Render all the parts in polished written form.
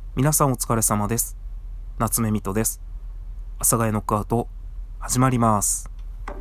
皆さんお疲れ様です。夏目みとです。阿佐ヶ谷ノックアウト始まります。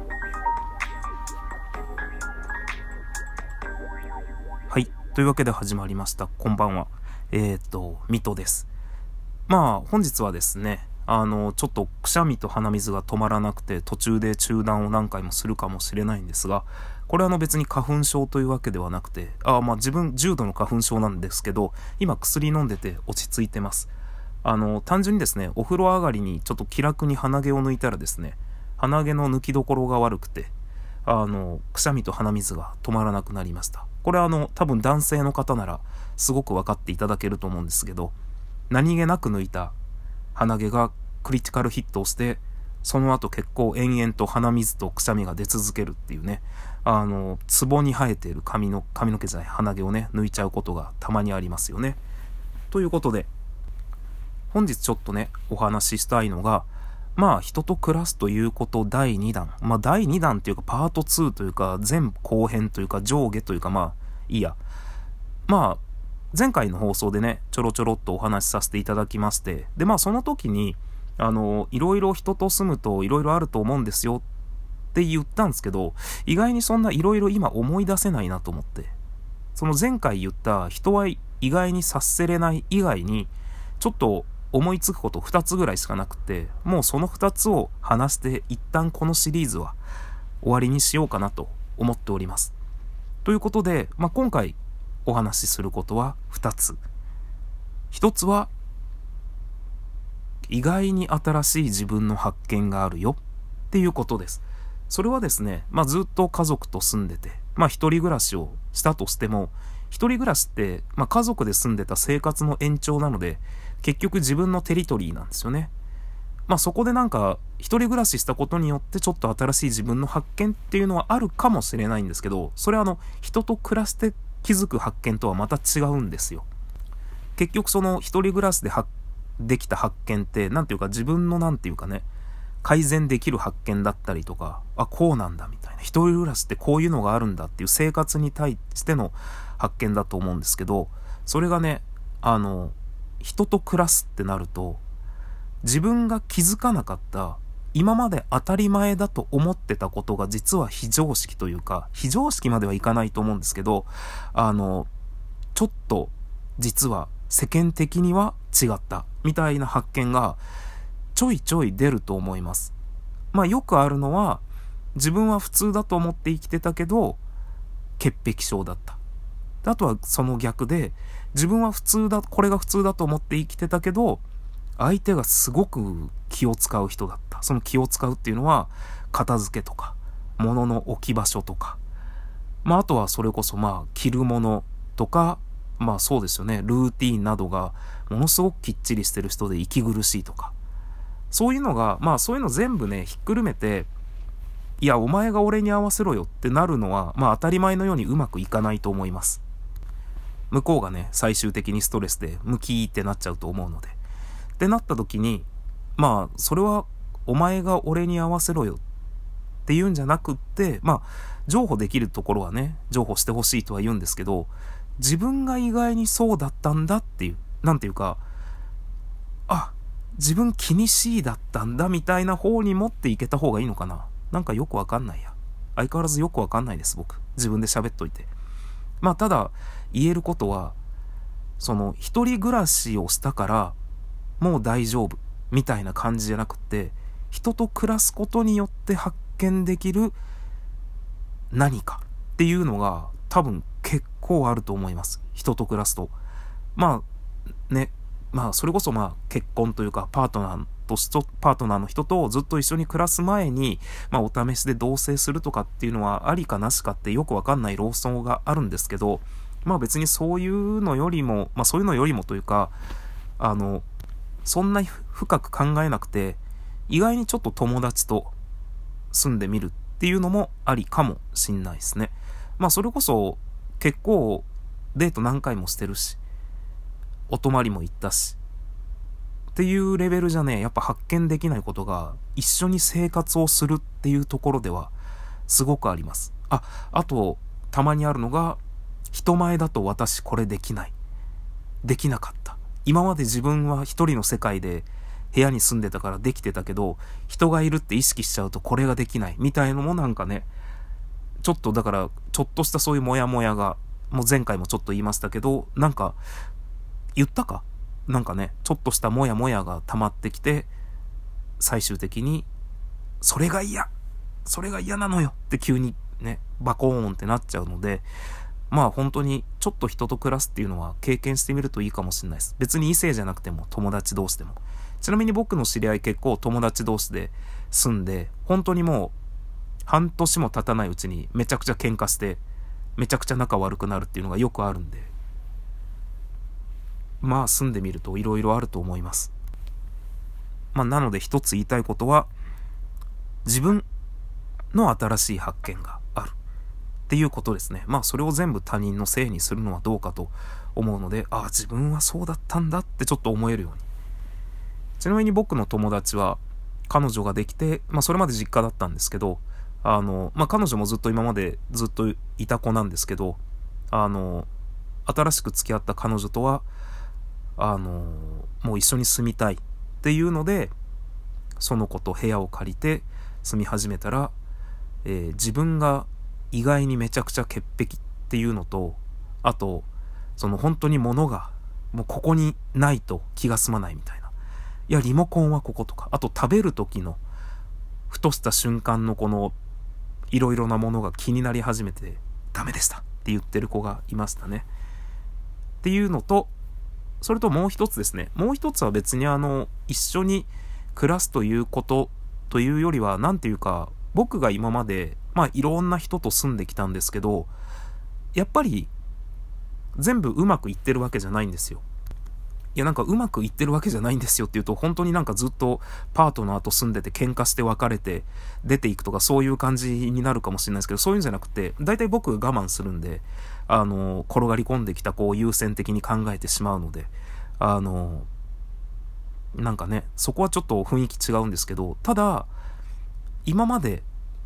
はい、というわけで始まりました。こんばんは。みとです。本日はですね、ちょっとくしゃみと鼻水が止まらなくて途中で中断を何回もするかもしれないんですが、これは別に花粉症というわけではなくて、自分重度の花粉症なんですけど、今薬飲んでて落ち着いてます。単純にですね、お風呂上がりにちょっと気楽に鼻毛を抜いたらですね、鼻毛の抜きどころが悪くて、くしゃみと鼻水が止まらなくなりました。これは多分男性の方ならすごく分かっていただけると思うんですけど、何気なく抜いた鼻毛がクリティカルヒットをして、その後結構延々と鼻水とくしゃみが出続けるっていうね、ツボに生えている髪の毛じゃない鼻毛をね、抜いちゃうことがたまにありますよね。ということで、本日ちょっとね、お話ししたいのが、人と暮らすということ第2弾。第2弾っていうか、パート2というか、前後編というか、上下というか、いいや。前回の放送でね、ちょろちょろっとお話しさせていただきまして、で、その時に、いろいろ人と住むといろいろあると思うんですよって言ったんですけど、意外にそんないろいろ今思い出せないなと思って、その前回言った人は意外に察せれない以外に、ちょっと思いつくこと2つぐらいしかなくて、もうその2つを話して一旦このシリーズは終わりにしようかなと思っております。ということで、今回お話しすることは2つ。1つは意外に新しい自分の発見があるよっていうことです。それはですね、ずっと家族と住んでて、一人暮らしをしたとしても、一人暮らしって、家族で住んでた生活の延長なので、結局自分のテリトリーなんですよね。そこで一人暮らししたことによってちょっと新しい自分の発見っていうのはあるかもしれないんですけど、それは人と暮らして気づく発見とはまた違うんですよ。結局その一人暮らしでできた発見って、自分の改善できる発見だったりとか、こうなんだみたいな、一人暮らしってこういうのがあるんだっていう生活に対しての発見だと思うんですけど、それがね、人と暮らすってなると、自分が気づかなかった今まで当たり前だと思ってたことが実は非常識というか、非常識まではいかないと思うんですけど、ちょっと実は世間的には違ったみたいな発見がちょいちょい出ると思います。よくあるのは、自分は普通だと思って生きてたけど潔癖症だった。あとはその逆で、自分はこれが普通だと思って生きてたけど、相手がすごく気を使う人だった。その気を使うっていうのは、片付けとか物の置き場所とか、あとはそれこそ着るものとか、そうですよね、ルーティーンなどがものすごくきっちりしてる人で息苦しいとか、そういうのがそういうの全部ねひっくるめて、いやお前が俺に合わせろよってなるのは当たり前のようにうまくいかないと思います。向こうがね最終的にストレスでムキーってなっちゃうと思うので、ってなった時に、それはお前が俺に合わせろよっていうんじゃなくって、譲歩できるところはね譲歩してほしいとは言うんですけど、自分が意外にそうだったんだっていう、自分気にしいだったんだみたいな方に持っていけた方がいいのかな。よくわかんないや。相変わらずよくわかんないです、僕。自分で喋っといて。ただ、言えることは、その、一人暮らしをしたから、もう大丈夫、みたいな感じじゃなくて、人と暮らすことによって発見できる何かっていうのが、多分結構あると思います。人と暮らすと。それこそ結婚というかパートナーの人とずっと一緒に暮らす前に、お試しで同棲するとかっていうのはありかなしかってよくわかんない論争があるんですけど、別にそういうのよりも、というか、そんな深く考えなくて、意外にちょっと友達と住んでみるっていうのもありかもしんないですね。それこそ結構デート何回もしてるし、お泊まりも行ったしっていうレベルじゃね、やっぱ発見できないことが一緒に生活をするっていうところではすごくあります。あとたまにあるのが、人前だと私これできない、できなかった、 今まで自分は一人の世界で部屋に住んでたからできてたけど、人がいるって意識しちゃうとこれができないみたいのもなんかね、ちょっとだからちょっとしたそういうモヤモヤが、もう前回もちょっと言いましたけど、なんか言ったかなんかね、ちょっとしたモヤモヤが溜まってきて、最終的にそれが嫌なのよって急にねバコーンってなっちゃうので、まあ本当にちょっと人と暮らすっていうのは経験してみるといいかもしれないです。別に異性じゃなくても友達同士でも。ちなみに僕の知り合い結構友達同士で住んで、本当にもう半年も経たないうちにめちゃくちゃ喧嘩してめちゃくちゃ仲悪くなるっていうのがよくあるんで、まあ住んでみるといろいろあると思います。まあなので一つ言いたいことは、自分の新しい発見があるっていうことですね。まあそれを全部他人のせいにするのはどうかと思うので、ああ自分はそうだったんだってちょっと思えるように。ちなみに僕の友達は彼女ができて、まあそれまで実家だったんですけど、まあ彼女もずっと今までずっといた子なんですけど、新しく付き合った彼女とはもう一緒に住みたいっていうので、その子と部屋を借りて住み始めたら、自分が意外にめちゃくちゃ潔癖っていうのと、あとその本当に物がもうここにないと気が済まないみたいな、いやリモコンはこことか、あと食べる時のふとした瞬間のこのいろいろなものが気になり始めてダメでしたって言ってる子がいましたね。っていうのと、それともう一つですね。もう一つは別に一緒に暮らすということというよりは、なんていうか、僕が今までまあいろんな人と住んできたんですけど、やっぱり全部うまくいってるわけじゃないんですよ。いやなんかうまくいってるわけじゃないんですよっていうと、本当になんかずっとパートナーと住んでて喧嘩して別れて出ていくとかそういう感じになるかもしれないですけど、そういうんじゃなくて、大体僕我慢するんで、転がり込んできた子を優先的に考えてしまうので、なんかね、そこはちょっと雰囲気違うんですけど、ただ今まで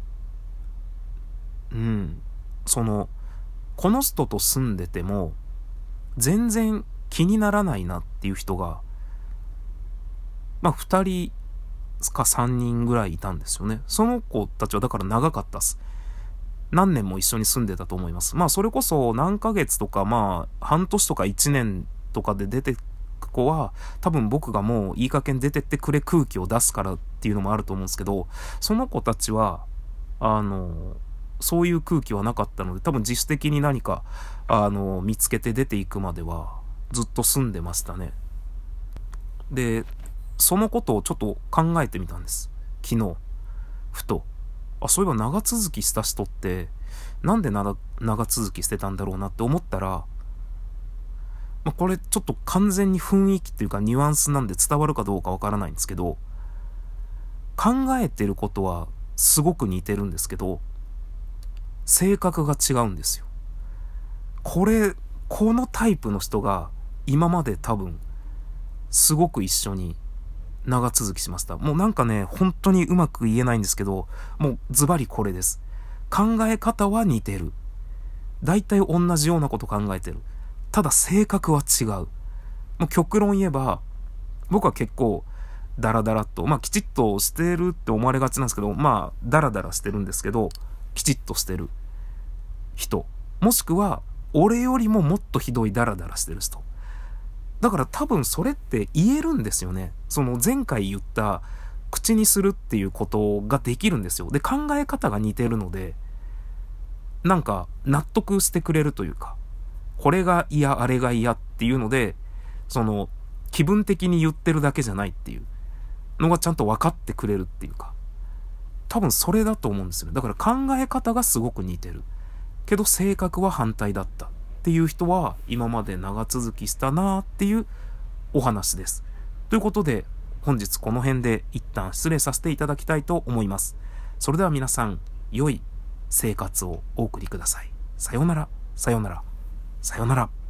この人と住んでても全然気にならないなっていう人がまあ2人か3人ぐらいいたんですよね。その子たちはだから長かったっす。何年も一緒に住んでたと思います。まあそれこそ何ヶ月とか、まあ半年とか1年とかで出てく子は多分僕がもういい加減出てってくれ空気を出すからっていうのもあると思うんですけど、その子たちはそういう空気はなかったので、多分自主的に何か見つけて出ていくまではずっと住んでましたね。でそのことをちょっと考えてみたんです、昨日ふと。そういえば長続きした人ってなんで長続きしてたんだろうなって思ったら、これちょっと完全に雰囲気っていうかニュアンスなんで伝わるかどうかわからないんですけど、考えてることはすごく似てるんですけど性格が違うんですよ。このタイプの人が今まで多分すごく一緒に長続きしました。もうなんかね、本当にうまく言えないんですけど、もうズバリこれです。考え方は似てる。大体同じようなこと考えてる。ただ性格は違う。もう極論言えば、僕は結構ダラダラっと、きちっとしてるって思われがちなんですけど、ダラダラしてるんですけど、きちっとしてる人。もしくは、俺よりももっとひどいダラダラしてる人。だから多分それって言えるんですよね。その前回言った口にするっていうことができるんですよ。で、考え方が似てるので、なんか納得してくれるというか、これが嫌、あれが嫌っていうので、その気分的に言ってるだけじゃないっていうのがちゃんと分かってくれるっていうか、多分それだと思うんですよね。だから考え方がすごく似てる。けど性格は反対だったっていう人は今まで長続きしたなーっていうお話です。ということで本日この辺で一旦失礼させていただきたいと思います。それでは皆さん良い生活をお送りください。さようなら、さようなら、さようなら。